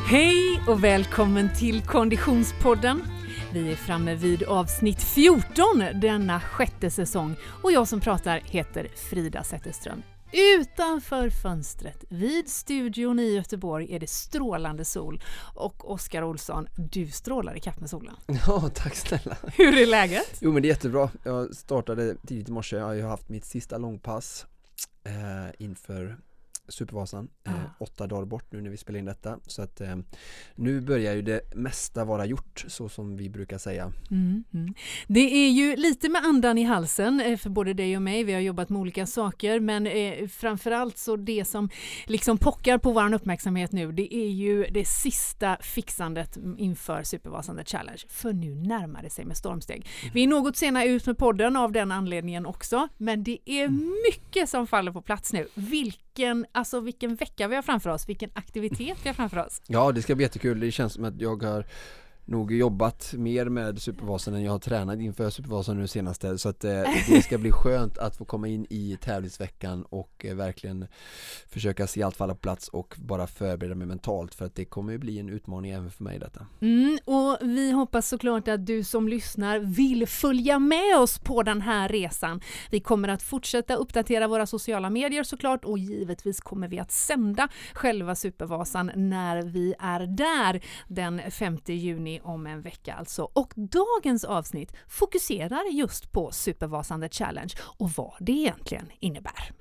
Hej och välkommen till Konditionspodden. Vi är framme vid avsnitt 14 denna 6:e säsong och jag som pratar heter Frida Zetterström. Utanför fönstret vid studion i Göteborg är det strålande sol och Oskar Olsson, du strålar i kapp med solen. Ja, tack snälla. Hur är läget? Jo, men det är jättebra. Jag startade tidigt i morse. Jag har ju haft mitt sista långpass inför Supervasan. 8 dagar bort nu när vi spelar in detta. Så att nu börjar ju det mesta vara gjort, så som vi brukar säga. Det är ju lite med andan i halsen för både dig och mig. Vi har jobbat med olika saker, men framförallt så det som liksom pockar på vår uppmärksamhet nu, det är ju det sista fixandet inför Supervasan Challenge. För nu närmar det sig med stormsteg. Vi är något senare ut med podden av den anledningen också, men det är mycket som faller på plats nu. Vilken vecka vi har framför oss, vilken aktivitet vi har framför oss. Ja, det ska bli jättekul. Det känns som att jag har nog jobbat mer med Supervasan än jag har tränat inför Supervasan nu senaste, så att det ska bli skönt att få komma in i tävlingsveckan och verkligen försöka se allt falla på plats och bara förbereda mig mentalt, för att det kommer ju bli en utmaning även för mig detta. Och vi hoppas såklart att du som lyssnar vill följa med oss på den här resan. Vi kommer att fortsätta uppdatera våra sociala medier såklart, och givetvis kommer vi att sända själva Supervasan när vi är där den 5 juni om en vecka alltså. Och dagens avsnitt fokuserar just på Supervasan Challenge och vad det egentligen innebär.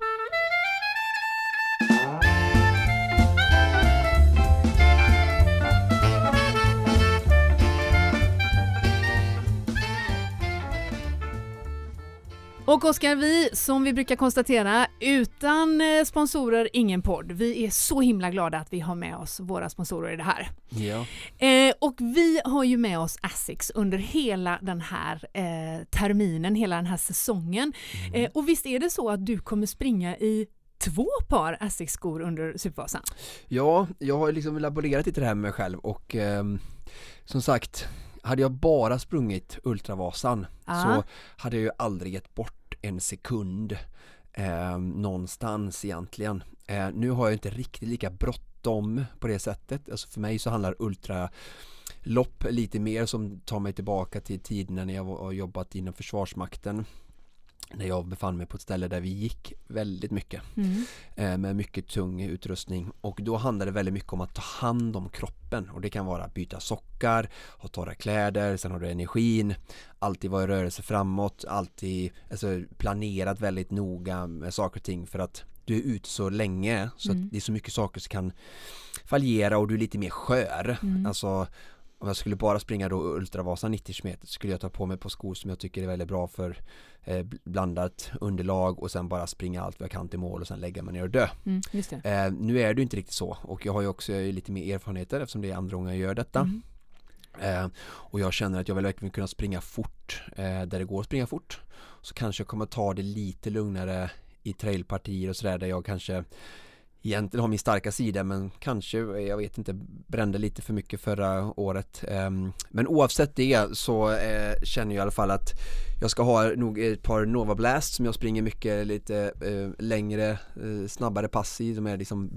Och Oskar, vi som vi brukar konstatera, utan sponsorer ingen podd. Vi är så himla glada att vi har med oss våra sponsorer i det här. Ja. Och vi har ju med oss Asics under hela den här terminen, hela den här säsongen. Och visst är det så att du kommer springa i 2 par Asics-skor under Supervasan? Ja, jag har liksom laborerat lite det här med mig själv och som sagt, hade jag bara sprungit Ultravasan så hade jag ju aldrig gett bort en sekund någonstans egentligen. Nu har jag inte riktigt lika bråttom på det sättet. Alltså för mig så handlar ultralopp lite mer som tar mig tillbaka till tiden när jag har jobbat inom Försvarsmakten. När jag befann mig på ett ställe där vi gick väldigt mycket med mycket tung utrustning, och då handlar det väldigt mycket om att ta hand om kroppen, och det kan vara byta sockar, ha torra kläder, sen har du energin, alltid vara i rörelse framåt, alltid planerat väldigt noga med saker och ting, för att du är ute så länge så att det är så mycket saker som kan fallera och du är lite mer skör. Alltså om jag skulle bara springa då Ultravasan 90 km skulle jag ta på mig på skor som jag tycker är väldigt bra för blandat underlag, och sen bara springa allt vad jag kan till mål och sen lägga mig ner och dö. Just det. Nu är det inte riktigt så, och jag har ju också lite mer erfarenheter eftersom det är andra gånger jag gör detta. Och jag känner att jag vill verkligen kunna springa fort där det går att springa fort. Så kanske jag kommer ta det lite lugnare i trailpartier och sådär, där jag kanske egentligen har min starka sida, men kanske, jag vet inte, brände lite för mycket förra året. Men oavsett det så känner jag i alla fall att jag ska ha nog ett par Nova Blast som jag springer mycket lite längre, snabbare pass i. De är liksom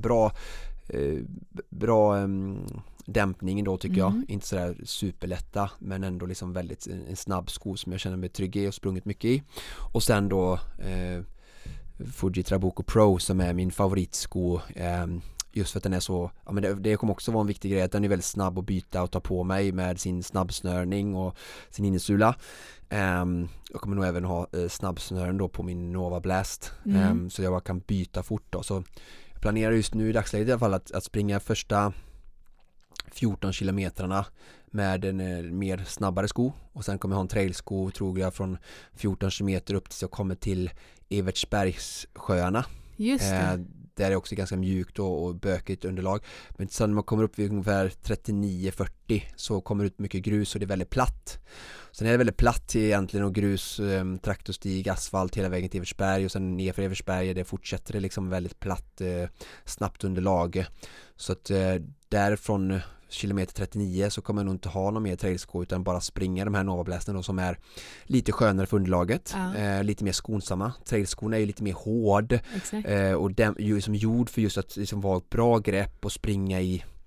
bra dämpningen då tycker jag. Inte sådär superlätta, men ändå liksom väldigt en snabb sko som jag känner mig trygg i och sprungit mycket i. Och sen då Fuji Trabuco Pro som är min favoritsko, just för att den är så, ja, men det kommer också vara en viktig grej att den är väldigt snabb att byta och ta på mig med sin snabbsnörning och sin innesula. Jag kommer nog även ha snabbsnören då på min Nova Blast, så jag bara kan byta fort då. Så jag planerar just nu i dagsläget i alla fall att springa första 14 kilometrarna med en mer snabbare sko, och sen kommer jag ha en trailsko tror jag från 14 kilometer upp tills jag kommer till Evertsbergssjöarna. Just det. Där är också ganska mjukt och bökigt underlag. Men sen när man kommer upp vid ungefär 39-40 så kommer det ut mycket grus och det är väldigt platt. Sen är det väldigt platt egentligen, och grus, traktorstig, asfalt hela vägen till Evertsberg, och sen ner för Evertsberg det fortsätter det liksom väldigt platt, snabbt underlag. Så att därifrån kilometer 39 så kommer jag nog inte ha någon mer trailsko utan bara springa de här Nova Blasten då, som är lite skönare för underlaget, lite mer skonsamma. Trailskorna är ju lite mer hård och som gjord för just att liksom vara ett bra grepp och springa i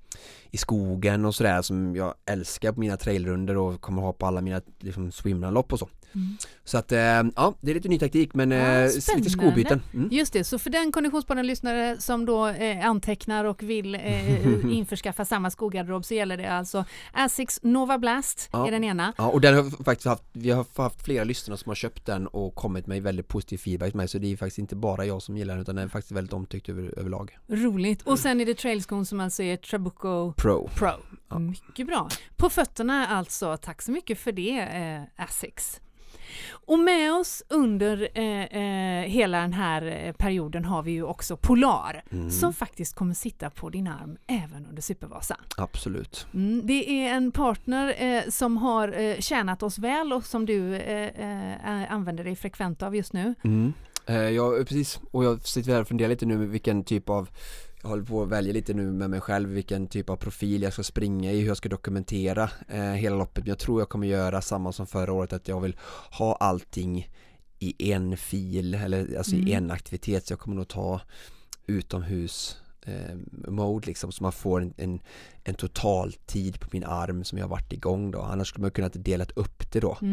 i skogen och sådär som jag älskar på mina trailrunder och kommer ha på alla mina liksom, swimrunlopp och så. Så att ja, det är lite ny taktik men lite skobyten. Just det, så för den konditionspodden-lyssnare som då antecknar och vill införskaffa samma skogarderob så gäller det alltså Asics Nova Blast är den ena. Ja, och den har faktiskt vi har haft flera lyssnare som har köpt den och kommit med väldigt positiv feedback med, så det är faktiskt inte bara jag som gillar den utan den är faktiskt väldigt omtyckt överlag. Roligt. Och sen är det trailskon som alltså är Trabuco Pro. Ja. Mycket bra. På fötterna alltså, tack så mycket för det Asics. Och med oss under hela den här perioden har vi ju också Polar som faktiskt kommer sitta på din arm även under Supervasa. Absolut. Det är en partner som har tjänat oss väl och som du använder dig frekvent av just nu. Ja, precis. Och jag sitter här och funderar lite nu med vilken typ av jag håller på att välja lite nu med mig själv vilken typ av profil jag ska springa i, hur jag ska dokumentera hela loppet. Men jag tror jag kommer göra samma som förra året, att jag vill ha allting i en fil eller alltså i en aktivitet, så jag kommer nog ta utomhus mode liksom, så man får en total tid på min arm som jag har varit igång då. Annars skulle man kunna delat upp det då.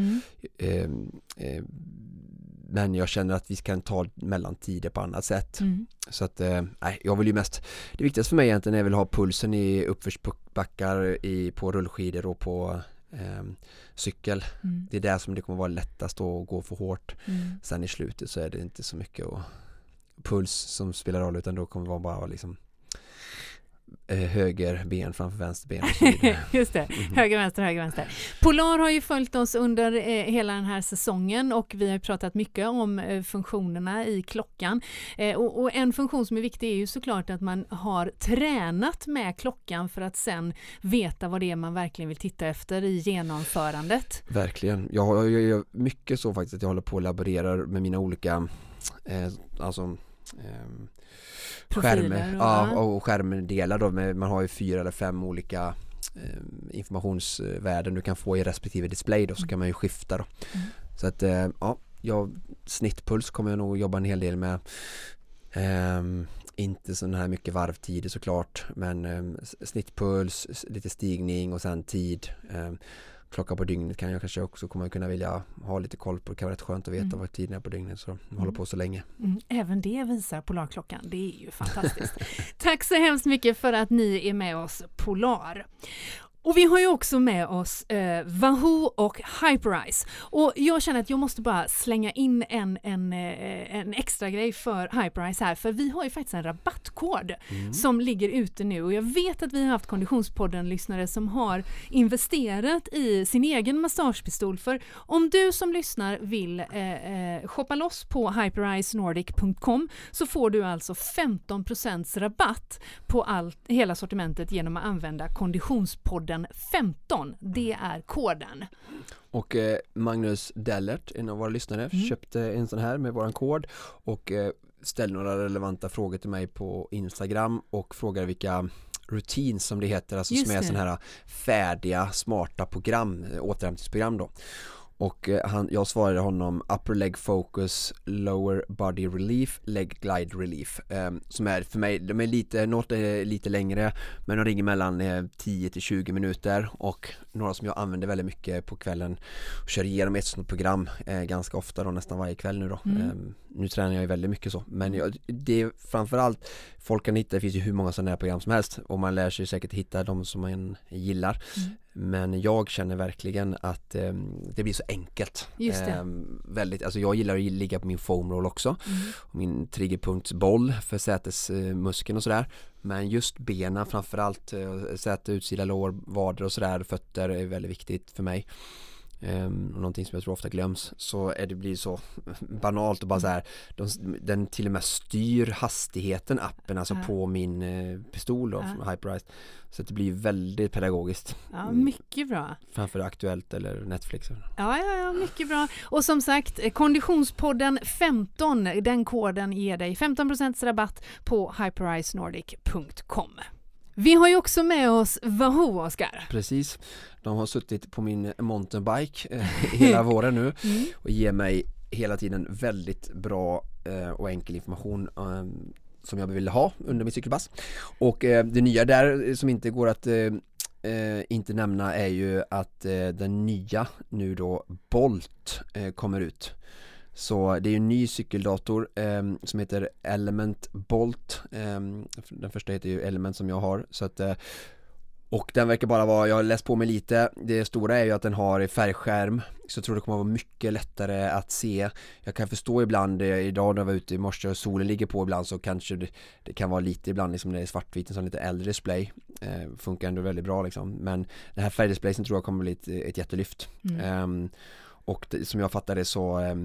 Men jag känner att vi kan ta mellantider på annat sätt. Så att, jag vill ju mest, det viktigaste för mig egentligen är att jag vill ha pulsen i uppförsbackar på rullskidor och på cykel. Det är där som det kommer vara lättast att gå för hårt. Sen i slutet så är det inte så mycket puls som spelar roll, utan då kommer det vara bara liksom höger ben framför vänster ben. Just det, höger, vänster. Polar har ju följt oss under hela den här säsongen och vi har pratat mycket om funktionerna i klockan. Och en funktion som är viktig är ju såklart att man har tränat med klockan för att sen veta vad det är man verkligen vill titta efter i genomförandet. Verkligen. Jag gör mycket så faktiskt att jag håller på och laborerar med mina olika skärmdelar då, man har ju 4 eller 5 olika informationsvärden du kan få i respektive display då, så kan man ju skifta då. Så att snittpuls kommer jag nog jobba en hel del med. Inte sån här mycket varvtider såklart, men snittpuls, lite stigning och sen tid. Klocka på dygnet kan jag kanske också kommer kunna vilja ha lite koll på. Det kan vara rätt skönt att veta vad tiden är på dygnet, så jag håller på så länge. Även det visar Polarklockan. Det är ju fantastiskt. Tack så hemskt mycket för att ni är med oss, Polar. Och vi har ju också med oss Wahoo och Hyperice. Och jag känner att jag måste bara slänga in en extra grej för Hyperice här. För vi har ju faktiskt en rabattkod som ligger ute nu. Och jag vet att vi har haft Konditionspodden-lyssnare som har investerat i sin egen massagepistol. För om du som lyssnar vill shoppa loss på hypericenordic.com så får du alltså 15% rabatt på hela sortimentet genom att använda Konditionspodden 15, det är koden. Och Magnus Dellert, en av våra lyssnare, köpte en sån här med våran kod och ställde några relevanta frågor till mig på Instagram och frågade vilka routines som det heter, alltså som är sån här färdiga, smarta program, återhämtningsprogram då. Och jag svarade honom upper leg focus, lower body relief, leg glide relief. Som är för mig, något är lite längre, men de ringer mellan 10 till 20 minuter. Och några som jag använder väldigt mycket på kvällen och kör igenom ett sånt program ganska ofta då, nästan varje kväll nu då. Nu tränar jag ju väldigt mycket så. Men det är framförallt, folk kan hitta, det finns ju hur många sådana här program som helst och man lär sig säkert hitta de som man gillar. Men jag känner verkligen att det blir så enkelt. Just det. Väldigt, alltså jag gillar att ligga på min foam roll också. Och min triggerpunktsboll för sätesmuskeln och sådär. Men just benen framförallt, säte, utsida lår, vader och sådär, fötter är väldigt viktigt för mig. Och någonting som jag tror ofta glöms, så blir så banalt och bara så här, den till och med styr hastigheten appen alltså på min pistol då, från Hyperice, så att det blir väldigt pedagogiskt. Ja, mycket bra. Framför Aktuellt eller Netflix. Ja, mycket bra. Och som sagt, Konditionspodden 15, den koden ger dig 15% rabatt på hypericenordic.com. Vi har ju också med oss Wahoo, Oskar. Precis. De har suttit på min mountainbike hela våren nu och ger mig hela tiden väldigt bra och enkel information. som jag ville ha under min cykelpass. Och det nya där som inte går att inte nämna är ju att den nya nu då Bolt kommer ut. Så det är en ny cykeldator som heter Element Bolt. Den första heter ju Element som jag har. Så att, och den verkar bara vara, jag har läst på mig lite. Det stora är ju att den har färgskärm. Så jag tror det kommer att vara mycket lättare att se. Jag kan förstå ibland, idag när jag var ute i morse och solen ligger på ibland, så kanske det kan vara lite ibland liksom när det är svartvitt, en sån lite äldre display. Funkar ändå väldigt bra liksom. Men den här färgdisplayen tror jag kommer bli ett jättelyft. Och som jag fattar det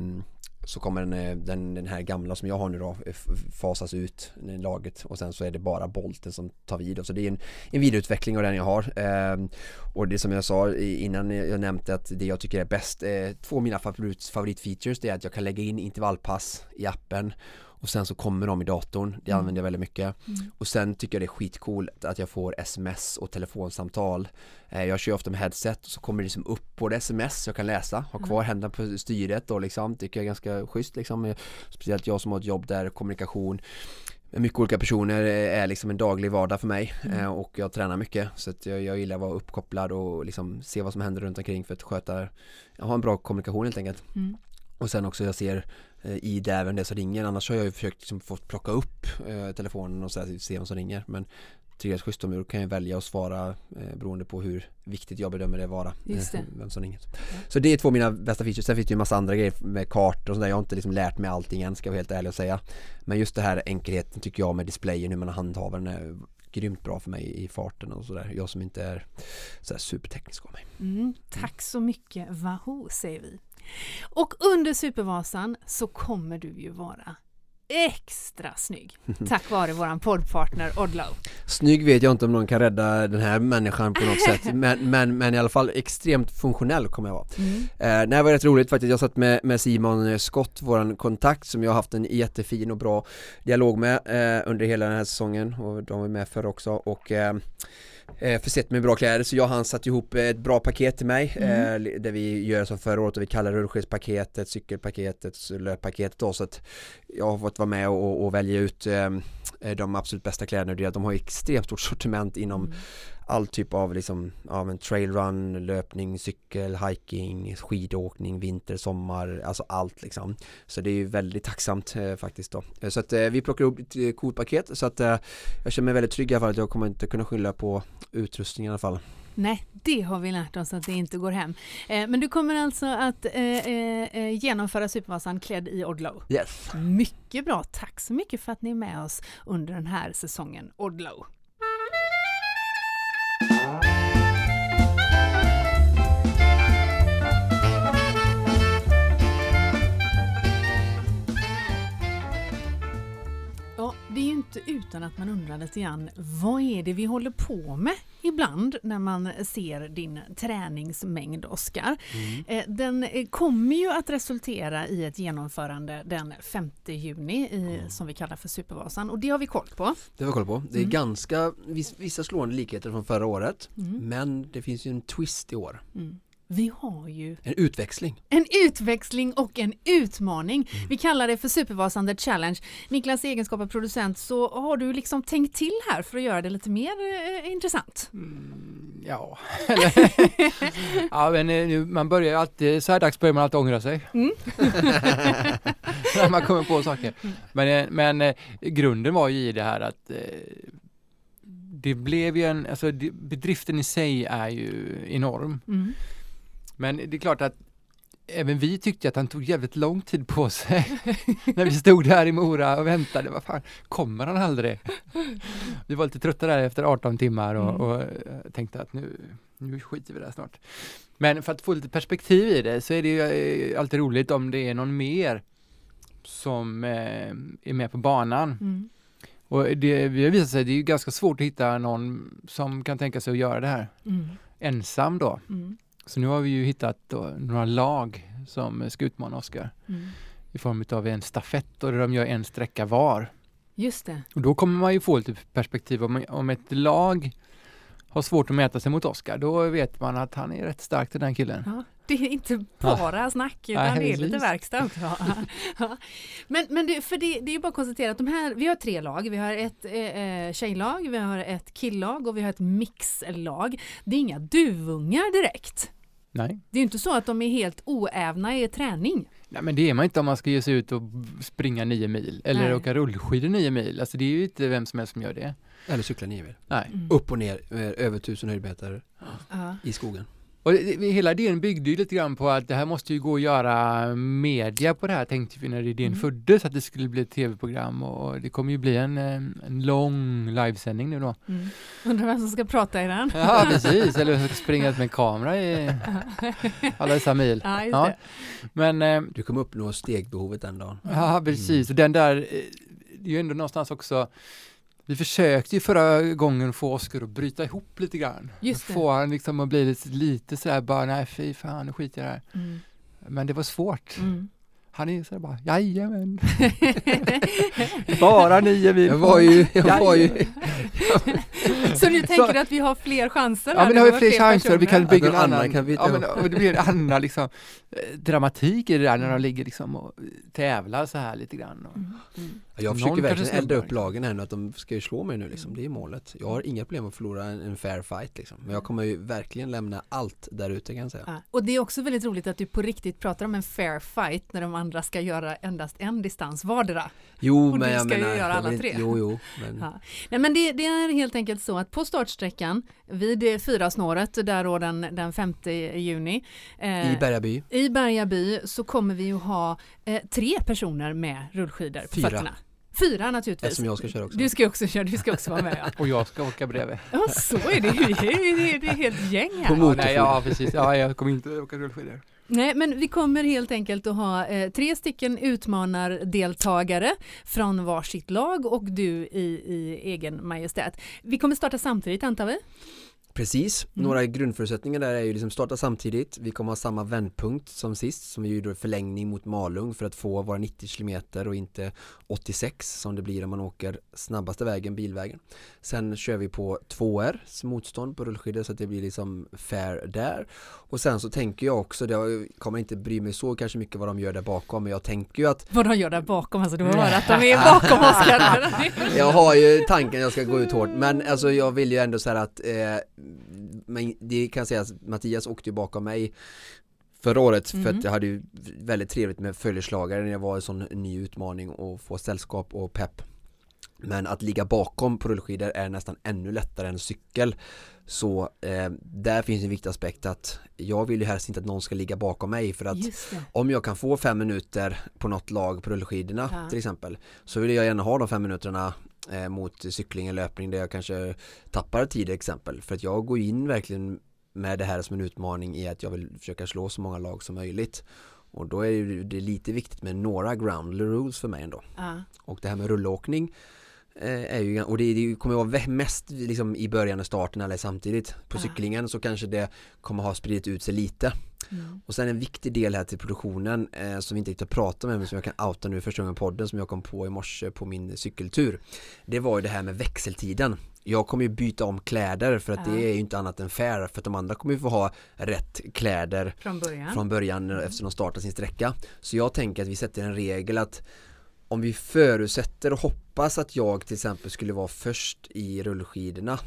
så kommer den här gamla som jag har nu då fasas ut i laget, och sen så är det bara Bolten som tar vid. Så det är en vidareutveckling av den jag har. Och det som jag sa innan, jag nämnde att det jag tycker är bäst, två av mina favoritfeatures, det är att jag kan lägga in intervallpass i appen och sen så kommer de i datorn. Det använder jag väldigt mycket. Och sen tycker jag det är skitcoolt att jag får sms och telefonsamtal. Jag kör ofta med headset och så kommer det liksom upp på det sms jag kan läsa. Ha kvar händerna på styret och liksom, tycker jag är ganska schysst liksom. Speciellt jag som har ett jobb där kommunikation med mycket olika personer är liksom en daglig vardag för mig. Och jag tränar mycket, så att jag gillar att vara uppkopplad och liksom se vad som händer runt omkring för att jag har en bra kommunikation helt enkelt. Och sen också jag ser i det även det som ringer. Annars har jag ju försökt liksom få plocka upp telefonen och se vad som ringer. Men tycker jag är schysst, då kan jag välja att svara beroende på hur viktigt jag bedömer det vara. Vem som ringer. Så det är två av mina bästa features. Sen finns det ju en massa andra grejer med kartor och sådär. Jag har inte liksom lärt mig allting än, ska jag vara helt ärlig och säga. Men just det här enkelheten tycker jag med displayen, hur man handhaver den, är grymt bra för mig i farten och sådär. Jag som inte är så här superteknisk av mig. Tack så mycket, Wahoo, säger vi. Och under Supervasan så kommer du ju vara extra snygg. Tack vare våran poddpartner Odlo. Snygg vet jag inte om någon kan rädda den här människan på något sätt. Men i alla fall extremt funktionell kommer jag vara. Det var rätt roligt faktiskt. Jag satt med Simon Scott, våran kontakt, som jag har haft en jättefin och bra dialog med under hela den här säsongen. Och de var med förr också. Och försett med bra kläder, så han satt ihop ett bra paket till mig där vi gör som förra året, och vi kallar det rullskidspaketet, cykelpaketet, löppaketet då, så att jag har fått vara med och välja ut de absolut bästa kläderna. De har extremt stort sortiment inom all typ av liksom, en trailrun, löpning, cykel, hiking, skidåkning, vinter, sommar, alltså allt liksom. Så det är ju väldigt tacksamt faktiskt då. Så att vi plockar upp ett coolt paket, så att jag känner mig väldigt trygg i alla fall att jag kommer inte kunna skylla på utrustning i alla fall. Nej, det har vi lärt oss att det inte går hem. Men du kommer alltså att genomföra Supervasan klädd i Odlo. Yes. Mycket bra. Tack så mycket för att ni är med oss under den här säsongen Odlo. Ja, det är ju inte utan att man undrar lite grann, vad är det vi håller på med ibland när man ser din träningsmängd, Oskar? Den kommer ju att resultera i ett genomförande den 5 juni som vi kallar för Supervasan, och det har vi koll på. Det har vi koll på. Det är ganska vissa slående likheter från förra året, men det finns ju en twist i år. Vi har ju en utväxling och en utmaning. Vi kallar det för Supervasan The Challenge. Niklas, i egenskap av producent, så har du liksom tänkt till här för att göra det lite mer intressant. Ja. Ja, men nu, man börjar alltid, så här dags börjar man alltid ångra sig. När man kommer på saker. Men grunden var ju i det här att det blev ju bedriften i sig är ju enorm. Men det är klart att även vi tyckte att han tog jävligt lång tid på sig när vi stod där i Mora och väntade. Vad fan, kommer han aldrig? Vi var lite trötta där efter 18 timmar och tänkte att nu skiter vi där snart. Men för att få lite perspektiv i det så är det ju alltid roligt om det är någon mer som är med på banan. Och vi har visat sig att det är ju ganska svårt att hitta någon som kan tänka sig att göra det här ensam då. Så nu har vi ju hittat då några lag som ska utmana Oskar i form av en stafett, och där de gör en sträcka var. Just det. Och då kommer man ju få lite perspektiv om ett lag har svårt att mäta sig mot Oskar. Då vet man att han är rätt stark, till den killen. Ja. Det är inte bara snack utan det är lite verkstad också. Men det är ju bara att konstatera att vi har 3 lag. Vi har ett tjejlag, vi har ett killag och vi har ett mixlag. Det är inga duvungar direkt. Nej. Det är ju inte så att de är helt oävna i träning. Nej, men det är man inte om man ska ge sig ut och springa 9 mil eller åka rullskidor 9 mil. Alltså det är ju inte vem som helst som gör det. Eller cykla 9 mil. Nej. Upp och ner över 1000 höjdmeter i skogen. Och hela idén byggde ju lite grann på att det här måste ju gå att göra media på det här, tänkte vi när idén föddes, att det skulle bli ett tv-program, och det kommer ju bli en lång livesändning nu då. Undrar vem som ska prata i den. Ja, precis. Eller springa ut med en kamera i alla dessa mil. Ja, just det. Men, du kommer uppnå stegbehovet den dagen. Ja, precis. Och den där, det är ju ändå någonstans också. Vi försökte ju förra gången få Oskar att bryta ihop lite grann. Just det. Få han liksom att bli lite sådär bara, nej fy fan, nu skiter jag där. Men det var svårt. Han är så bara, jajamän. Bara 9 mil. Jag var ju. Så nu tänker du att vi har fler chanser? Ja, men det har vi fler chanser. Personer. Vi kan bygga en annan. Det blir en annan liksom, dramatik i det där när de ligger liksom och tävlar så här lite grann. Jag försöker verkligen elda upp lagen här nu, att de ska ju slå mig nu liksom. Det är målet. Jag har inga problem att förlora en fair fight liksom. Men jag kommer ju verkligen lämna allt där ute, kan jag säga. Ja. Och det är också väldigt roligt att du på riktigt pratar om en fair fight när de andra ska göra endast en distans vardera. Jo, och men du ska ju göra alla 3. Jo, men... Ja. Nej, men det är helt enkelt så att på startsträckan vid 4-snåret där då den 5 juni i Bergaby så kommer vi att ha 3 personer med rullskidor på fötterna. 4 naturligtvis. Eftersom jag ska köra också. Du ska också köra, du ska också vara med. Ja. Och jag ska åka bredvid. Ja, så är det är helt gäng här. På motorfordon. Ja, precis. Ja, jag kommer inte åka rullskidor. Nej, men vi kommer helt enkelt att ha 3 stycken utmanardeltagare från varsitt lag och du i egen majestät. Vi kommer starta samtidigt, antar vi? Precis. Några grundförutsättningar där är ju liksom starta samtidigt. Vi kommer ha samma vändpunkt som sist, som vi gjorde förlängning mot Malung för att få våra 90 kilometer och inte 86 som det blir om man åker snabbaste vägen, bilvägen. Sen kör vi på 2R motstånd på rullskidor så att det blir liksom fair där. Och sen så tänker jag också, jag kommer inte bry mig så kanske mycket vad de gör där bakom, men jag tänker ju att... Vad de gör där bakom, alltså du hör att de är bakom Oskar. Jag har ju tanken jag ska gå ut hårt, men alltså jag vill ju ändå säga att men det kan sägas att Mattias åkte ju bakom mig förra året för att jag hade ju väldigt trevligt med följeslagare när jag var en sån ny utmaning och få sällskap och pepp. Men att ligga bakom på rullskidor är nästan ännu lättare än cykel. Så där finns en viktig aspekt att jag vill ju helst inte att någon ska ligga bakom mig, för att om jag kan få 5 minuter på något lag på rullskidorna till exempel, så vill jag gärna ha de 5 minuterna mot cykling eller löpning där jag kanske tappar tid exempel. För att jag går in verkligen med det här som en utmaning i att jag vill försöka slå så många lag som möjligt. Och då är det lite viktigt med några ground rules för mig ändå. Och det här med rullåkning är ju, och det kommer att vara mest liksom i början av starten eller samtidigt. På cyklingen så kanske det kommer ha spridit ut sig lite. Och sen en viktig del här till produktionen som vi inte riktigt pratar med, men som jag kan outa nu första gången podden, som jag kom på i morse på min cykeltur. Det var ju det här med växeltiden. Jag kommer ju byta om kläder för att det är ju inte annat än fair, för att de andra kommer ju få ha rätt kläder från början efter de startar sin sträcka. Så jag tänker att vi sätter en regel att om vi förutsätter och hoppas att jag till exempel skulle vara först i rullskidorna,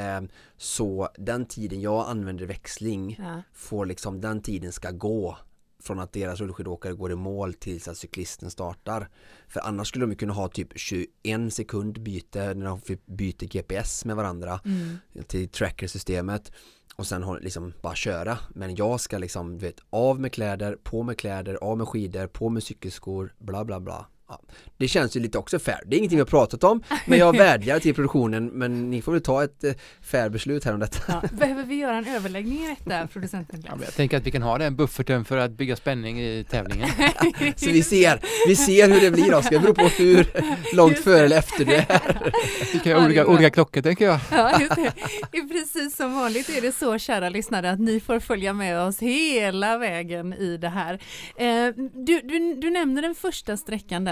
så den tiden jag använder växling får liksom, den tiden ska gå från att deras rullskidåkare går i mål tills att cyklisten startar. För annars skulle de kunna ha typ 21 sekund byte när de byter GPS med varandra till trackersystemet och sen liksom bara köra. Men jag ska liksom, du vet, av med kläder, av med skidor, på med cykelskor, bla bla bla. Ja, det känns ju lite också fair. Det är ingenting vi har pratat om, men jag vädjar till produktionen, men ni får väl ta ett fair beslut här om detta. Ja, behöver vi göra en överläggning i detta, producenten? Ja, jag tänker att vi kan ha den bufferten för att bygga spänning i tävlingen. Så vi ser hur det blir då. Ska det bero på hur långt före eller efter det är. Vi kan ha olika klockor, tänker jag. Ja, just det. Precis som vanligt är det så, kära lyssnare, att ni får följa med oss hela vägen i det här. Du nämner den första sträckan där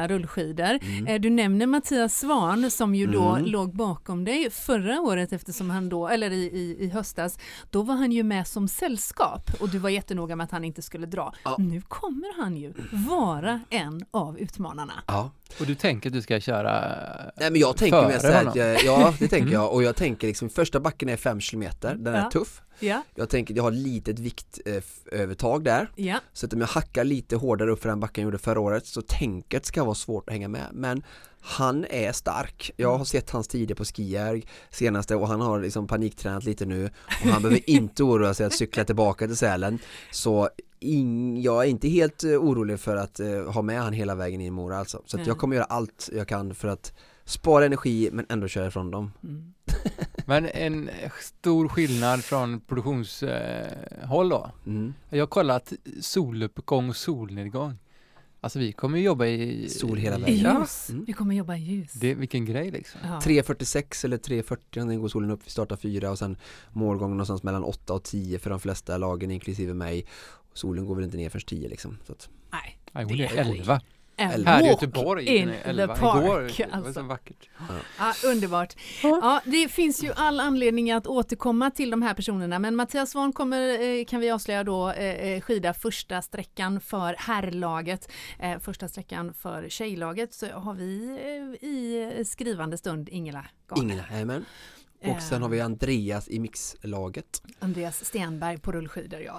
nya rullskidor. Du nämner Mattias Svahn som ju då låg bakom dig förra året eftersom han då, eller i höstas, då var han ju med som sällskap och du var jättenoga med att han inte skulle dra. Ja. Nu kommer han ju vara en av utmanarna. Ja. Och du tänker att du ska köra. Nej, men jag tänker med så här, ja, det tänker jag. Och jag tänker liksom, första backen är 5 kilometer. Den är tuff. Ja. Jag tänker, jag har litet viktövertag där. Ja. Så att om jag hackar lite hårdare upp för den backen jag gjorde förra året, så tänker jag att det ska vara svårt att hänga med. Men han är stark. Jag har sett hans tider på Skijärg senaste och han har liksom paniktränat lite nu. Och han behöver inte oroa sig att cykla tillbaka till Sälen. Så jag är inte helt orolig för att ha med han hela vägen in i Mora alltså. Så att jag kommer göra allt jag kan för att spara energi men ändå köra ifrån dem. Men en stor skillnad från produktionshåll då. Jag har kollat soluppgång och solnedgång. Alltså vi kommer jobba i sol hela vägen. Ljus. Vi kommer jobba i ljus. Vilken grej liksom. Ja. 3.46 eller 3.40 den går solen upp. Vi startar 4 och sen målgången någonstans mellan 8 och 10 för de flesta lagen inklusive mig. Solen går väl inte ner först 10 liksom. Så att. Nej, det är 11. Här i Göteborg in the park. Igår, alltså. Vackert. Underbart. Ja, det finns ju all anledning att återkomma till de här personerna, men Mattias Svahn kommer, kan vi avslöja då, skida första sträckan för herrlaget. Första sträckan för tjejlaget så har vi i skrivande stund Ingela. Amen. Och sen har vi Andreas i mixlaget. Andreas Stenberg på rullskidor, ja.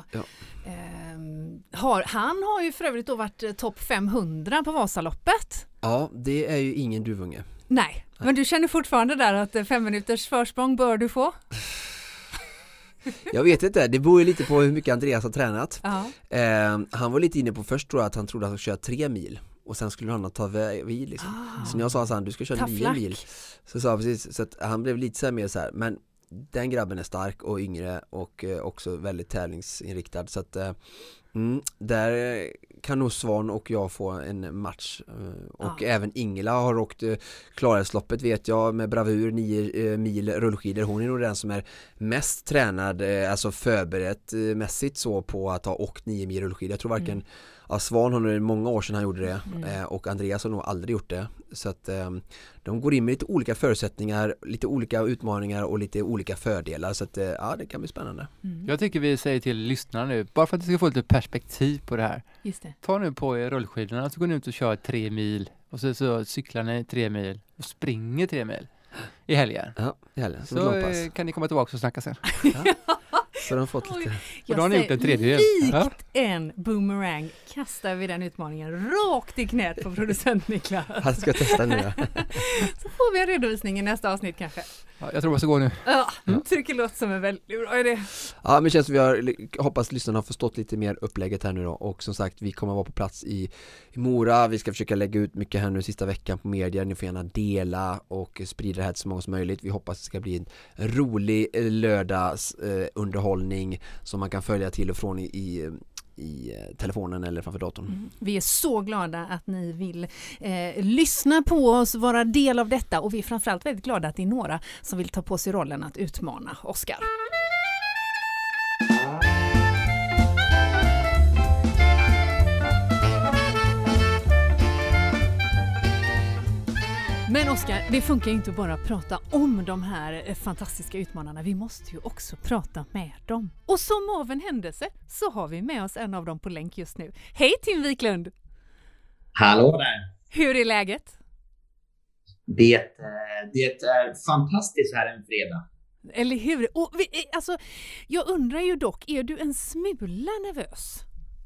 Han har ju för övrigt då varit topp 500 på Vasaloppet. Ja, det är ju ingen duvunge. Nej, men du känner fortfarande där att 5 minuters försprång bör du få? Jag vet inte, det beror ju lite på hur mycket Andreas har tränat. Han var lite inne på först tror jag att han trodde att han skulle köra 3 mil. Och sen skulle han ta vid liksom. Så när jag sa att du ska köra 9 mil. Så sa precis, så att han blev lite så här mer så här. Men den grabben är stark och yngre och också väldigt tävlingsinriktad. Så att där kan nog Svahn och jag få en match. Och även Ingela har åkt Klarhetsloppet vet jag med bravur 9 mil rullskidor. Hon är nog den som är mest tränad, alltså förberett mässigt så på att ha åkt 9 mil rullskidor. Jag tror varken Svahn har nu många år sedan han gjorde det och Andreas har nog aldrig gjort det. Så att de går in med lite olika förutsättningar, lite olika utmaningar och lite olika fördelar. Så att det kan bli spännande. Jag tycker vi säger till lyssnarna nu, bara för att ni ska få lite perspektiv på det här. Just det. Ta nu på er rullskidorna så går ni ut och kör 3 mil och så cyklar ni 3 mil och springer 3 mil i helgen. Ja, i helgen. Så kan ni komma tillbaka och snacka sen. Så de har fått lite. Och då har ni gjort en tredjedel. Likt en boomerang kastar vi den utmaningen rakt i knät på producent Niklas. Han ska testa nu. Så får vi en redovisning i nästa avsnitt kanske. Ja, jag tror jag ska gå nu. Ja, tycker det låter som en väldigt bra idé. Ja, men det känns som hoppas lyssnarna har förstått lite mer upplägget här nu då. Och som sagt, vi kommer att vara på plats i Mora. Vi ska försöka lägga ut mycket här nu sista veckan på media. Ni får gärna dela och sprida det här till så många som möjligt. Vi hoppas det ska bli en rolig lördags underhållning som man kan följa till och från i telefonen eller framför datorn. Vi är så glada att ni vill lyssna på oss, vara del av detta och vi är framförallt väldigt glada att det är några som vill ta på sig rollen att utmana Oskar. Men Oskar, det funkar inte bara att prata om de här fantastiska utmanarna. Vi måste ju också prata med dem. Och som av en händelse så har vi med oss en av dem på länk just nu. Hej Tim Wiklund! Hallå där! Hur är läget? Det är fantastiskt här en fredag. Eller hur? Och alltså, jag undrar ju dock, är du en smula nervös?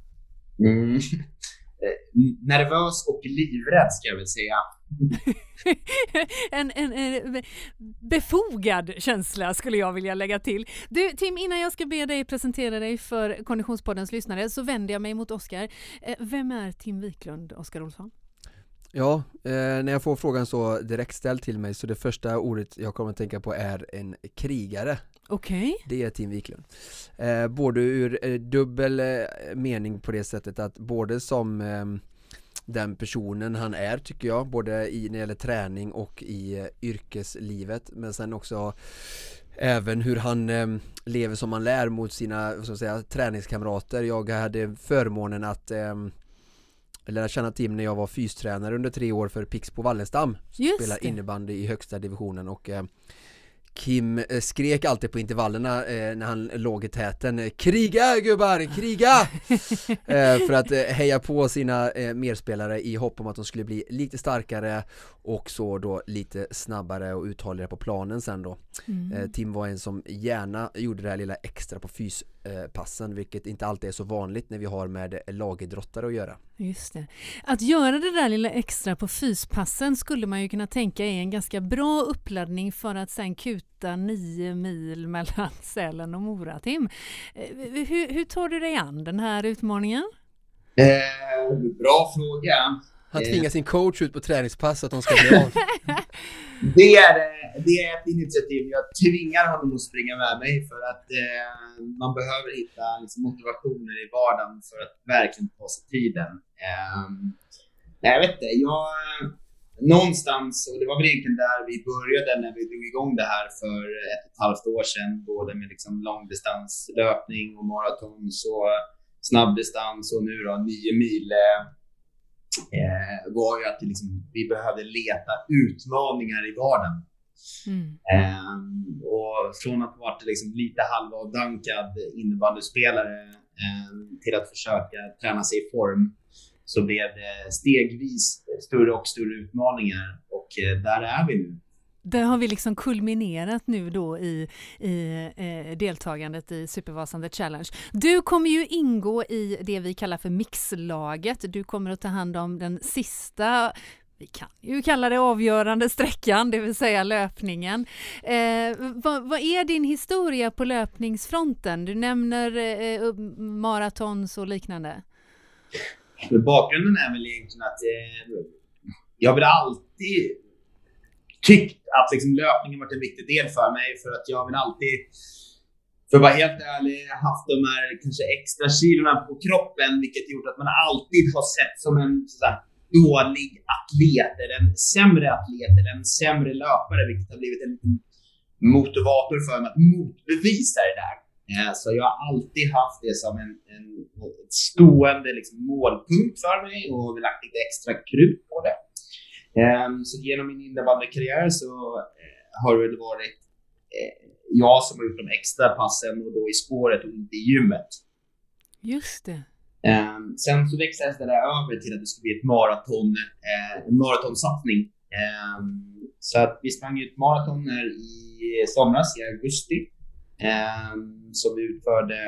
Nervös och livrädd ska jag väl säga. en befogad känsla skulle jag vilja lägga till. Du Tim, innan jag ska be dig presentera dig för Konditionspoddens lyssnare så vänder jag mig mot Oskar. Vem är Tim Wiklund, Oskar Olsson? Ja, när jag får frågan så direkt ställd till mig så det första ordet jag kommer att tänka på är en krigare. Okej. Det är Tim Wiklund. Både ur dubbel mening på det sättet att både som den personen han är tycker jag, både när det gäller träning och i yrkeslivet, men sen också även hur han lever som man lär mot sina träningskamrater. Jag hade förmånen att lärde känna Tim när jag var fystränare under 3 år för Pixbo Wallenstam. Spelar innebandy i högsta divisionen och Kim skrek alltid på intervallerna när han låg i täten: kriga gubbar, kriga! För att heja på sina merspelare i hopp om att de skulle bli lite starkare och så då lite snabbare och uthålligare på planen sen då. Tim var en som gärna gjorde det här lilla extra på fyspassen, vilket inte alltid är så vanligt när vi har med lagidrottare att göra. Just det. Att göra det där lilla extra på fyspassen skulle man ju kunna tänka är en ganska bra uppladdning för att sen kuta 9 mil mellan Sälen och Mora. Tim, hur tar du dig an den här utmaningen? Bra fråga. Han tvingar sin coach ut på träningspass att de ska bli av. Det är ett initiativ. Jag tvingar honom att springa med mig för att man behöver hitta liksom motivationer i vardagen för att verkligen ta sig tiden. Jag vet inte, någonstans, och det var väl egentligen där vi började när vi drog igång det här för 1,5 år sedan, både med liksom långdistanslöpning och maraton, så snabbdistans och nu då 9 mil, var ju att liksom, vi behövde leta utmaningar i vardagen. Och från att vara liksom lite halvavdankad innebandyspelare till att försöka träna sig i form, så blev det stegvis större och större utmaningar, och där är vi nu. Där har vi liksom kulminerat nu då i deltagandet i Supervasan The Challenge. Du kommer ju ingå i det vi kallar för mixlaget. Du kommer att ta hand om den sista, vi kan ju kalla det avgörande sträckan, det vill säga löpningen. Vad är din historia på löpningsfronten? Du nämner maratons och liknande. Bakgrunden är väl egentligen att jag vill alltid tyckt att liksom löpningen varit en viktig del för mig, för att jag vill alltid, för att vara helt ärlig, haft de här kanske extra kilorna på kroppen, vilket gjort att man alltid har sett som en sådär dålig atlet eller en sämre atlet eller en sämre löpare, vilket har blivit en motivator för mig att motbevisa det där. Så jag har alltid haft det som en stående liksom målpunkt för mig och vill lagt lite extra krut på det. Så genom min innebandykarriär så har det varit jag som har gjort de extra passen, och då i spåret och inte i gymmet. Just det. Sen så växlades det där över till att det skulle bli en maratonsatsning. Så att vi sprang ut maraton i somras i augusti, som vi utförde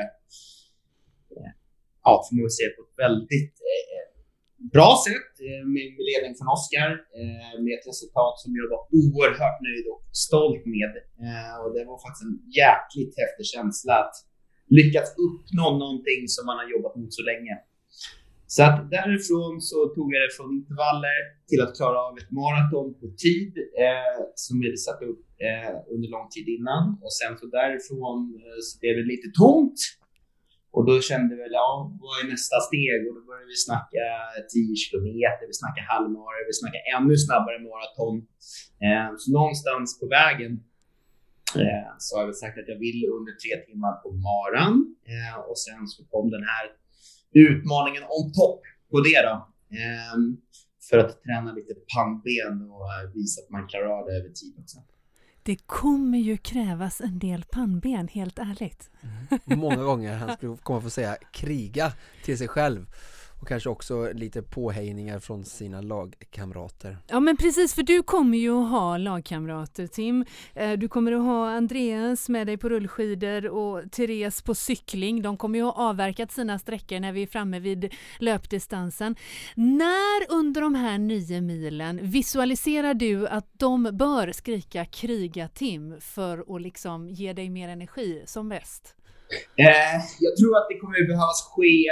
får man säga på ett väldigt bra sätt, med ledning från Oskar, med ett resultat som jag var oerhört nöjd och stolt med. Och det var faktiskt en jäkligt häftig känsla att lyckas uppnå någonting som man har jobbat mot så länge. Så att därifrån så tog jag det från intervaller till att klara av ett maraton på tid, som vi satt upp under lång tid innan. Och sen så därifrån så blev det lite tomt. Och då kände vi, vad är nästa steg? Och då började vi snacka 10 kilometer, vi snackade halvmara, vi snackade ännu snabbare maraton. Så någonstans på vägen så har jag sagt att jag vill under 3 timmar på maran. Och sen så kom den här utmaningen on top på det då. För att träna lite pannben och visa att man klarar av det över tid också. Det kommer ju krävas en del pannben, helt ärligt. Många gånger han skulle komma få säga kriga till sig själv. Och kanske också lite påhejningar från sina lagkamrater. Ja, men precis, för du kommer ju att ha lagkamrater, Tim. Du kommer att ha Andreas med dig på rullskidor och Therese på cykling. De kommer ju att ha avverkat sina sträckor när vi är framme vid löpdistansen. När under de här 9 milen visualiserar du att de bör skrika kriga, Tim, för att liksom ge dig mer energi som bäst? Jag tror att det kommer att behövas ske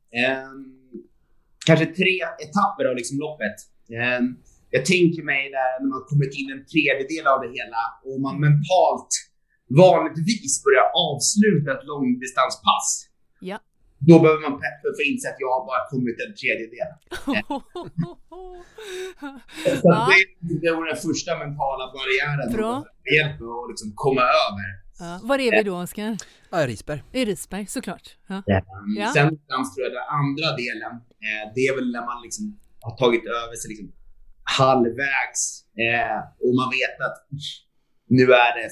kanske 3 etapper av liksom loppet. Jag tänker mig där när man kommit in en tredjedel av det hela och man mentalt vanligtvis börjar avsluta ett långdistanspass. Ja. Då behöver man peppa för att inse att jag har bara kommit en tredjedel. Så det var den första mentala barriären. Bra. Att hjälpa och liksom komma över. Ja. Var är vi då, Oskar? Ja, Risberg. I Risberg, såklart. Ja. Ja. Sen tror jag den andra delen, det är väl när man liksom har tagit över sig liksom halvvägs och man vet att nu är det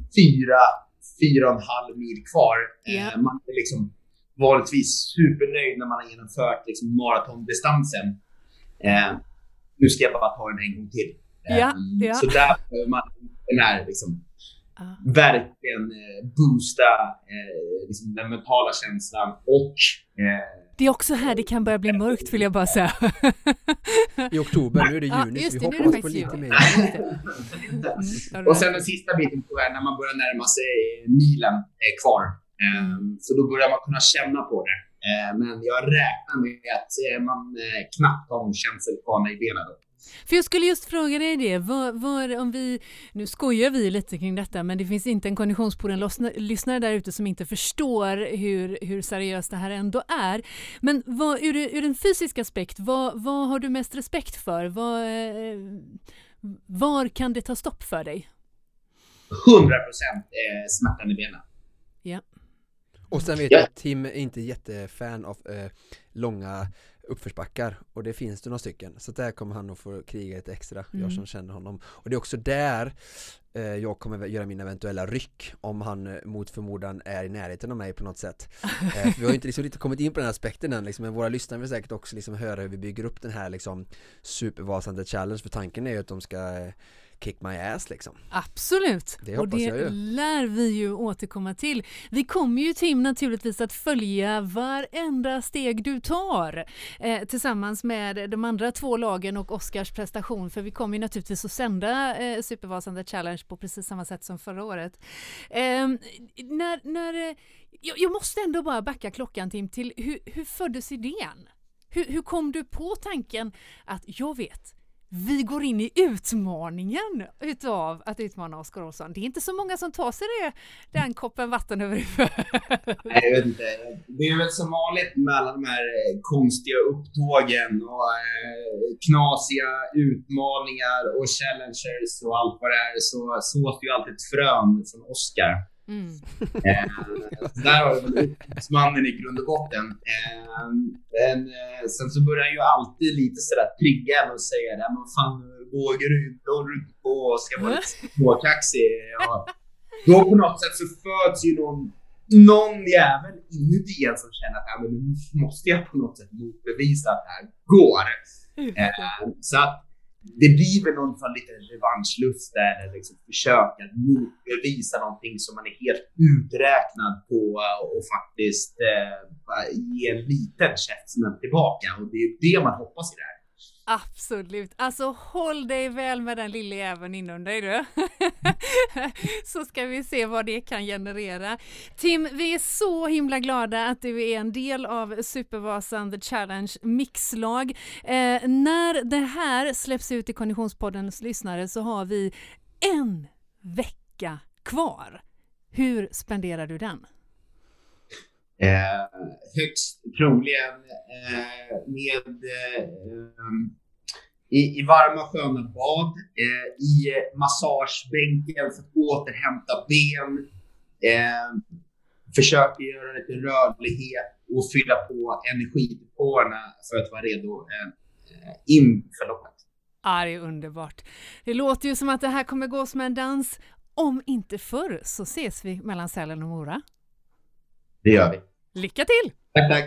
4,5 mil kvar. Man är liksom vanligtvis supernöjd när man har genomfört liksom maratondistansen. Nu ska jag bara ta en gång till. Så där behöver man den här liksom verkligen boosta liksom den mentala känslan och det är också här det kan börja bli mörkt, vill jag bara säga. I oktober, nu är det juni, just så vi det, hoppas på lite mer. Och sen den sista biten tror jag när man börjar närma sig milen kvar. Så då börjar man kunna känna på det. Men jag räknar med att man knappt har en känselkvarna i benen då. För jag skulle just fråga dig det, om vi, nu skojar vi lite kring detta, men det finns inte en Konditionspodden-lyssnare där ute som inte förstår hur seriöst det här ändå är. Men ur en fysisk aspekt, vad har du mest respekt för? Var kan det ta stopp för dig? 100% smärtan i benen. Ja. Och sen vet jag att Tim är inte jättefan av långa uppförsbackar, och det finns det några stycken, så där kommer han att få kriga lite extra, jag som känner honom, och det är också där jag kommer göra min eventuella ryck om han mot förmodan är i närheten av mig på något sätt. Vi har ju inte liksom lite kommit in på den här aspekten än liksom, men våra lyssnare vill säkert också liksom höra hur vi bygger upp den här liksom Supervasan Challenge, för tanken är ju att de ska kick my ass liksom. Absolut. Det och det lär vi ju återkomma till. Vi kommer ju, Tim, naturligtvis att följa varenda steg du tar tillsammans med de andra 2 lagen och Oskars prestation, för vi kommer ju naturligtvis att sända Supervasan Challenge på precis samma sätt som förra året. Jag måste ändå bara backa klockan, Tim, till hur föddes idén? Hur kom du på tanken att vi går in i utmaningen utav att utmana Oskar Olsson? Det är inte så många som tar sig den koppen vatten över huvudet. Nej, jag vet inte. Det är väl som vanligt med alla de här konstiga upptågen och knasiga utmaningar och challengers och allt vad det är, så sås ju alltid ett frön från Oskar. Där har vi upphovsmannen i grund och botten. Sen så börjar han ju alltid lite sådär trigga och säga det, men fan, vågar du inte på och ska vara lite småkaxig. Då på något sätt så föds ju någon jävel inuti en som känner att men nu måste jag på något sätt motbevisa att det här går. Så att det blir väl någon för lite revanschlust eller liksom försök att motbevisa någonting som man är helt uträknad på och faktiskt ge en liten käftsmäll tillbaka, och det är det man hoppas i det här. Absolut. Alltså håll dig väl med den lilla även inom dig, du. Så ska vi se vad det kan generera. Tim, vi är så himla glada att du är en del av Supervasan Challenge mixlag. När det här släpps ut i Konditionspoddens lyssnare så har vi en vecka kvar. Hur spenderar du den? Högst troligen med i varma sköna bad, i massagebänken för att återhämta ben, försöka göra lite rörlighet och fylla på energidepåerna för att vara redo inför loppet. Ja, det är underbart. Det låter ju som att det här kommer gå som en dans. Om inte förr så ses vi mellan Sälen och Mora. Det gör vi. Lycka till! Tack.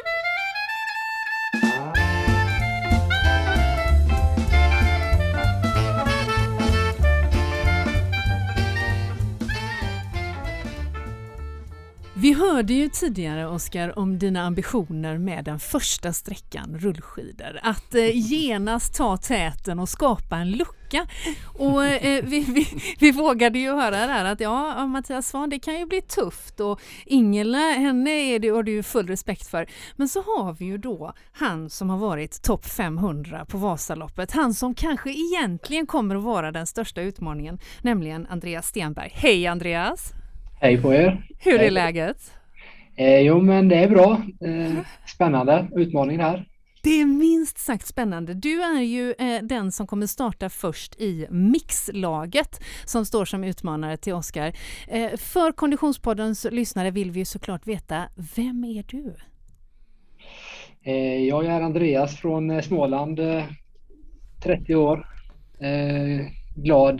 Vi hörde ju tidigare, Oskar, om dina ambitioner med den första sträckan rullskidor. Att genast ta täten och skapa en lucka. Och vi vågade ju höra där att Mattias Svahn, det kan ju bli tufft, och Ingela, henne har du ju full respekt för. Men så har vi ju då han som har varit topp 500 på Vasaloppet. Han som kanske egentligen kommer att vara den största utmaningen, nämligen Andreas Stenberg. Hej Andreas! Hej på er! Hur är läget? Jo, men det är bra. Spännande utmaning här. Det är minst sagt spännande. Du är ju den som kommer starta först i mixlaget som står som utmanare till Oskar. För Konditionspoddens lyssnare vill vi ju såklart veta, vem är du? Jag är Andreas från Småland, 30 år. Glad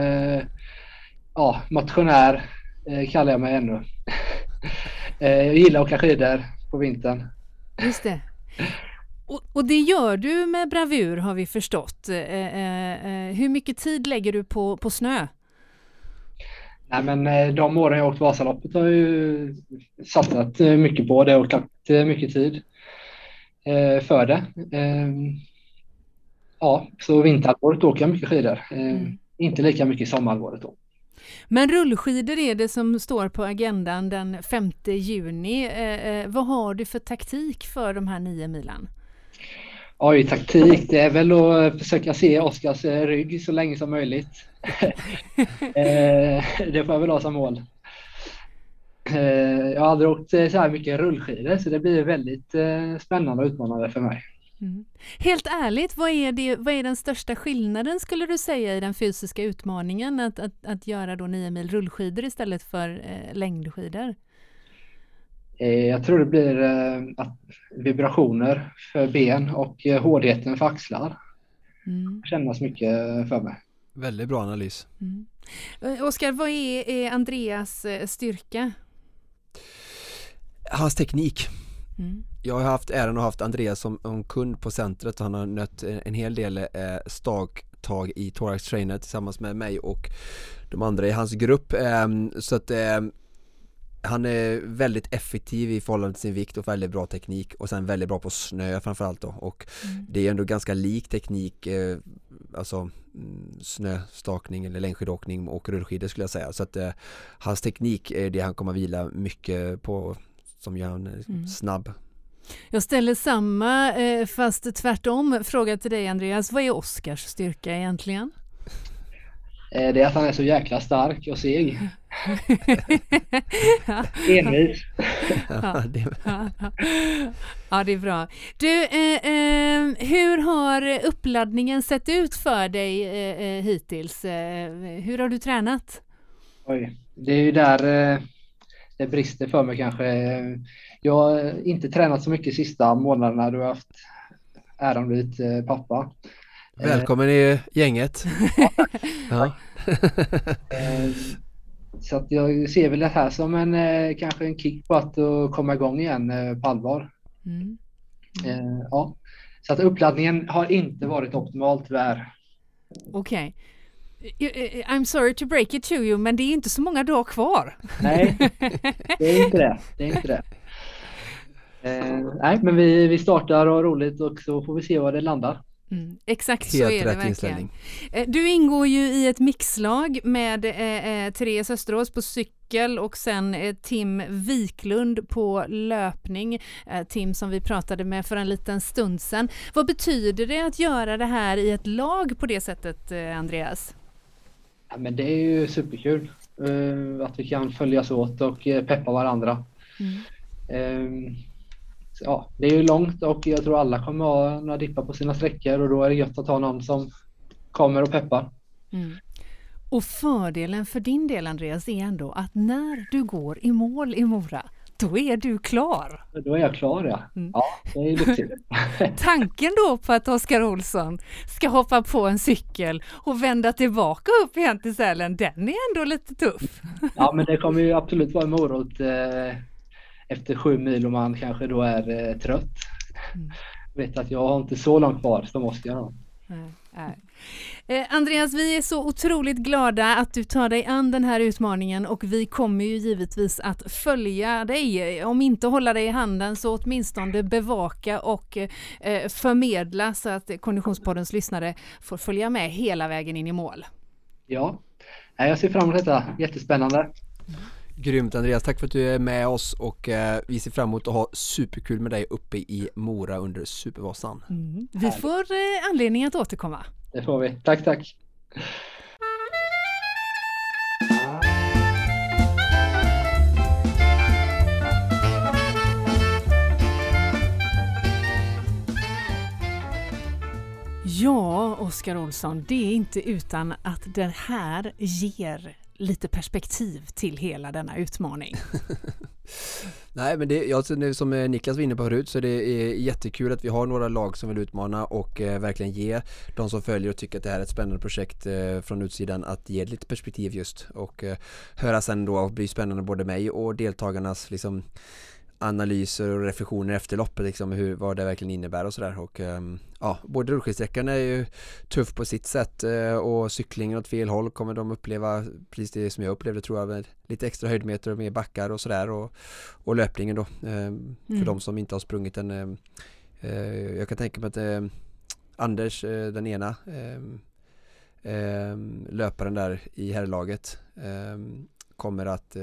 motionär kallar jag mig ännu. Jag gillar att åka skidor på vintern. Just det. Och det gör du med bravur har vi förstått. Hur mycket tid lägger du på snö? Nej, men de åren jag åkt Vasaloppet har jag ju satsat mycket på det och lagt mycket tid för det. Så vinterhalvåret åker jag mycket skidor. Inte lika mycket i sommarhalvåret då. Men rullskidor är det som står på agendan den 5 juni. Vad har du för taktik för de här 9 milen? Oj, taktik. Det är väl att försöka se Oskars rygg så länge som möjligt. Det får jag väl ha som mål. Jag har aldrig åkt så här mycket rullskidor så det blir väldigt spännande och utmanande för mig. Mm. Helt ärligt, vad är den största skillnaden skulle du säga i den fysiska utmaningen att göra då 9 mil rullskidor istället för längdskidor? Jag tror det blir vibrationer för ben och hårdheten för axlar. Kännas mycket för mig. Väldigt bra analys. Oskar, vad är Andreas styrka? Hans teknik. Jag har haft äran att ha haft Andreas som kund på centret och han har nött en hel del tag i Thorax Trainer tillsammans med mig och de andra i hans grupp. Så att han är väldigt effektiv i förhållande till sin vikt och väldigt bra teknik och sen väldigt bra på snö framförallt då. Och det är ändå ganska lik teknik, alltså snöstakning eller längdskidåkning och rullskidor skulle jag säga. Så att hans teknik är det han kommer att vila mycket på som gör han snabb. Jag ställer samma fast tvärtom fråga till dig Andreas. Vad är Oskars styrka egentligen? Det är att han är så jäkla stark och seg. Envis. Ja, det är bra. Du, hur har uppladdningen sett ut för dig hittills? Hur har du tränat? Oj, det är ju där det brister för mig kanske. Jag har inte tränat så mycket sista månaderna. Du har haft äran blivit pappa. Välkommen i gänget. Ja. Så att jag ser väl det här som kanske en kick på att komma igång igen på allvar. Ja. Så att uppladdningen har inte varit optimal tyvärr. Okej. I'm sorry to break it to you, men det är inte så många dagar kvar. Nej, det är inte det. Nej, men vi startar och har roligt och så får vi se var det landar. Exakt så är det verkligen. Du ingår ju i ett mixlag med Therese Österås på cykel och sen Tim Wiklund på löpning. Tim som vi pratade med för en liten stund sedan. Vad betyder det att göra det här i ett lag på det sättet, Andreas? Ja, men det är ju superkul att vi kan följas åt och peppa varandra. Ja, det är ju långt och jag tror alla kommer ha några dippar på sina sträckor och då är det gött att ha någon som kommer och peppar. Och fördelen för din del Andreas är ändå att när du går i mål i Mora, då är du klar. Då är jag klar, ja. Ja, det är lyxigt. Tanken då på att Oskar Olsson ska hoppa på en cykel och vända tillbaka upp igen till Sälen, den är ändå lite tuff. Ja, men det kommer ju absolut vara en morot efter 7 mil om man kanske då är trött. Jag vet att jag har inte så långt kvar som Oskar har. Andreas, vi är så otroligt glada att du tar dig an den här utmaningen och vi kommer ju givetvis att följa dig. Om inte hålla dig i handen så åtminstone bevaka och förmedla så att Konditionspoddens lyssnare får följa med hela vägen in i mål. Ja, jag ser fram emot detta. Jättespännande. Grymt Andreas, tack för att du är med oss och vi ser fram emot att ha superkul med dig uppe i Mora under Supervasan. Vi får anledning att återkomma. Det får vi. Tack. Oskar Olsson, det är inte utan att det här ger lite perspektiv till hela denna utmaning. Nej, men det, som Niklas var inne på förut, så det är jättekul att vi har några lag som vill utmana och verkligen ge de som följer och tycker att det här är ett spännande projekt från utsidan att ge lite perspektiv just och höra sen då och bli spännande både mig och deltagarnas liksom analyser och reflektioner efter loppet liksom, vad det verkligen innebär och sådär. Och både rullskidsträckan är ju tuff på sitt sätt och cyklingen åt fel håll kommer de uppleva precis det som jag upplevde, tror jag, med lite extra höjdmeter och mer backar och sådär, och löpningen då för de som inte har sprungit den. Jag kan tänka mig att Anders, den ena löparen där i herrlaget, kommer att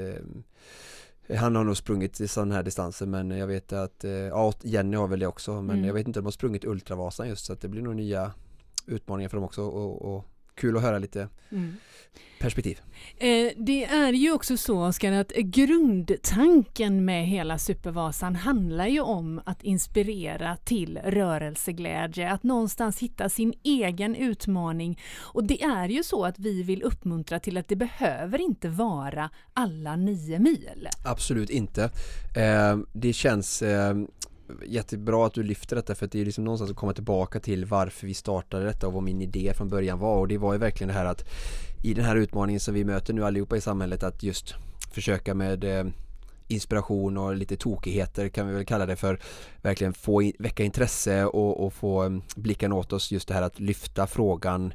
han har nog sprungit i sån här distanser, men jag vet att Jenny har väl det också, men jag vet inte om de har sprungit Ultravasan just, så att det blir nog nya utmaningar för dem också och kul att höra lite perspektiv. Det är ju också så, Oskar, att grundtanken med hela Supervasan handlar ju om att inspirera till rörelseglädje, att någonstans hitta sin egen utmaning, och det är ju så att vi vill uppmuntra till att det behöver inte vara alla 9 mil. Absolut inte. Det känns jättebra att du lyfter detta, för att det är liksom någonstans att komma tillbaka till varför vi startade detta och vad min idé från början var, och det var ju verkligen det här att i den här utmaningen som vi möter nu allihopa i samhället, att just försöka med inspiration och lite tokigheter kan vi väl kalla det för, verkligen väcka intresse och få blicka åt oss, just det här att lyfta frågan,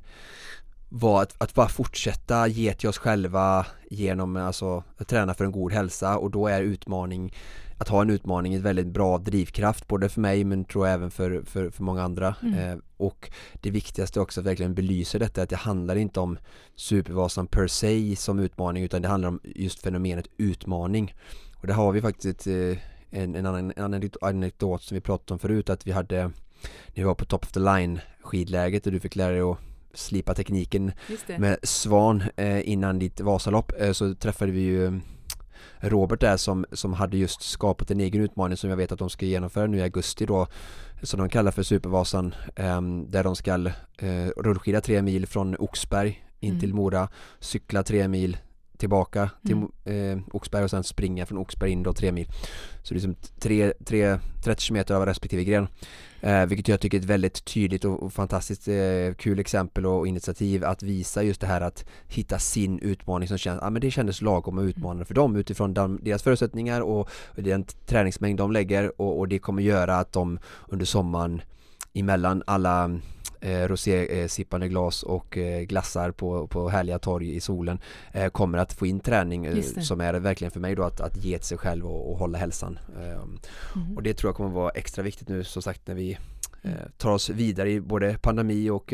att bara fortsätta ge till oss själva genom att träna för en god hälsa, och då är att ha en utmaning ett väldigt bra drivkraft, både för mig men tror jag även för många andra. Och det viktigaste också att verkligen belysa detta, att det handlar inte om Supervasan per se som utmaning, utan det handlar om just fenomenet utmaning. Och där har vi faktiskt en annan anekdot som vi pratade om förut, att när vi var på top of the line skidläget och du fick lära dig att slipa tekniken med Svan innan ditt Vasalopp, så träffade vi ju Robert där som hade just skapat en egen utmaning som jag vet att de ska genomföra nu i augusti då, som de kallar för Supervasan, där de ska rullskida 3 mil från Oxberg in till Mora, cykla 3 mil tillbaka till Oxberg och sen springa från Oxberg in då 3 mil. Så det är liksom 30 kilometer av respektive gren. Vilket jag tycker är ett väldigt tydligt och fantastiskt kul exempel och initiativ att visa just det här att hitta sin utmaning som känns, men det kändes lagom och utmanande för dem utifrån deras förutsättningar och den träningsmängd de lägger, och det kommer göra att de under sommaren emellan alla rosé-sippande glas och glassar på härliga torg i solen kommer att få in träning som är verkligen för mig då att ge till sig själv och hålla hälsan. Och det tror jag kommer vara extra viktigt nu, som sagt, när vi tar oss vidare i både pandemi och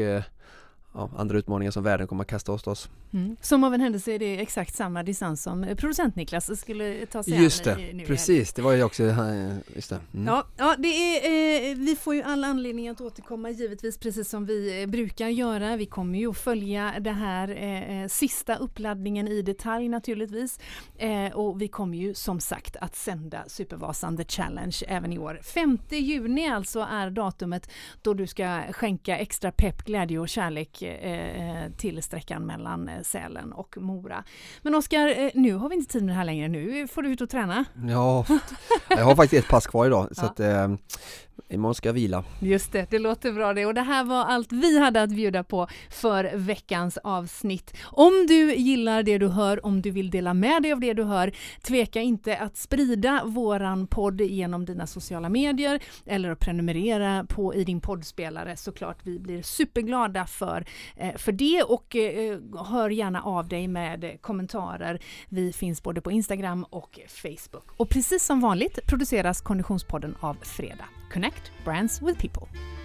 andra utmaningar som världen kommer att kasta oss. Som av en händelse är det exakt samma distans som producent Niklas skulle ta sig just an det, nu precis, det var ju också just det. Ja, det är, vi får ju alla anledning att återkomma givetvis, precis som vi brukar göra. Vi kommer ju att följa det här sista uppladdningen i detalj naturligtvis, och vi kommer ju som sagt att sända Supervasan The Challenge även i år. 5 juni alltså är datumet då du ska skänka extra pepp, glädje och kärlek till sträckan mellan Sälen och Mora. Men Oskar, nu har vi inte tid med det här längre. Nu får du ut och träna. Ja, jag har faktiskt ett pass kvar idag så att imorgon ska jag vila. Just det låter bra det. Och det här var allt vi hade att bjuda på för veckans avsnitt. Om du gillar det du hör, om du vill dela med dig av det du hör, tveka inte att sprida våran podd genom dina sociala medier eller att prenumerera i din poddspelare. Såklart, vi blir superglada för det, och hör gärna av dig med kommentarer. Vi finns både på Instagram och Facebook. Och precis som vanligt produceras Konditionspodden av Fredag. Connect Brands with People.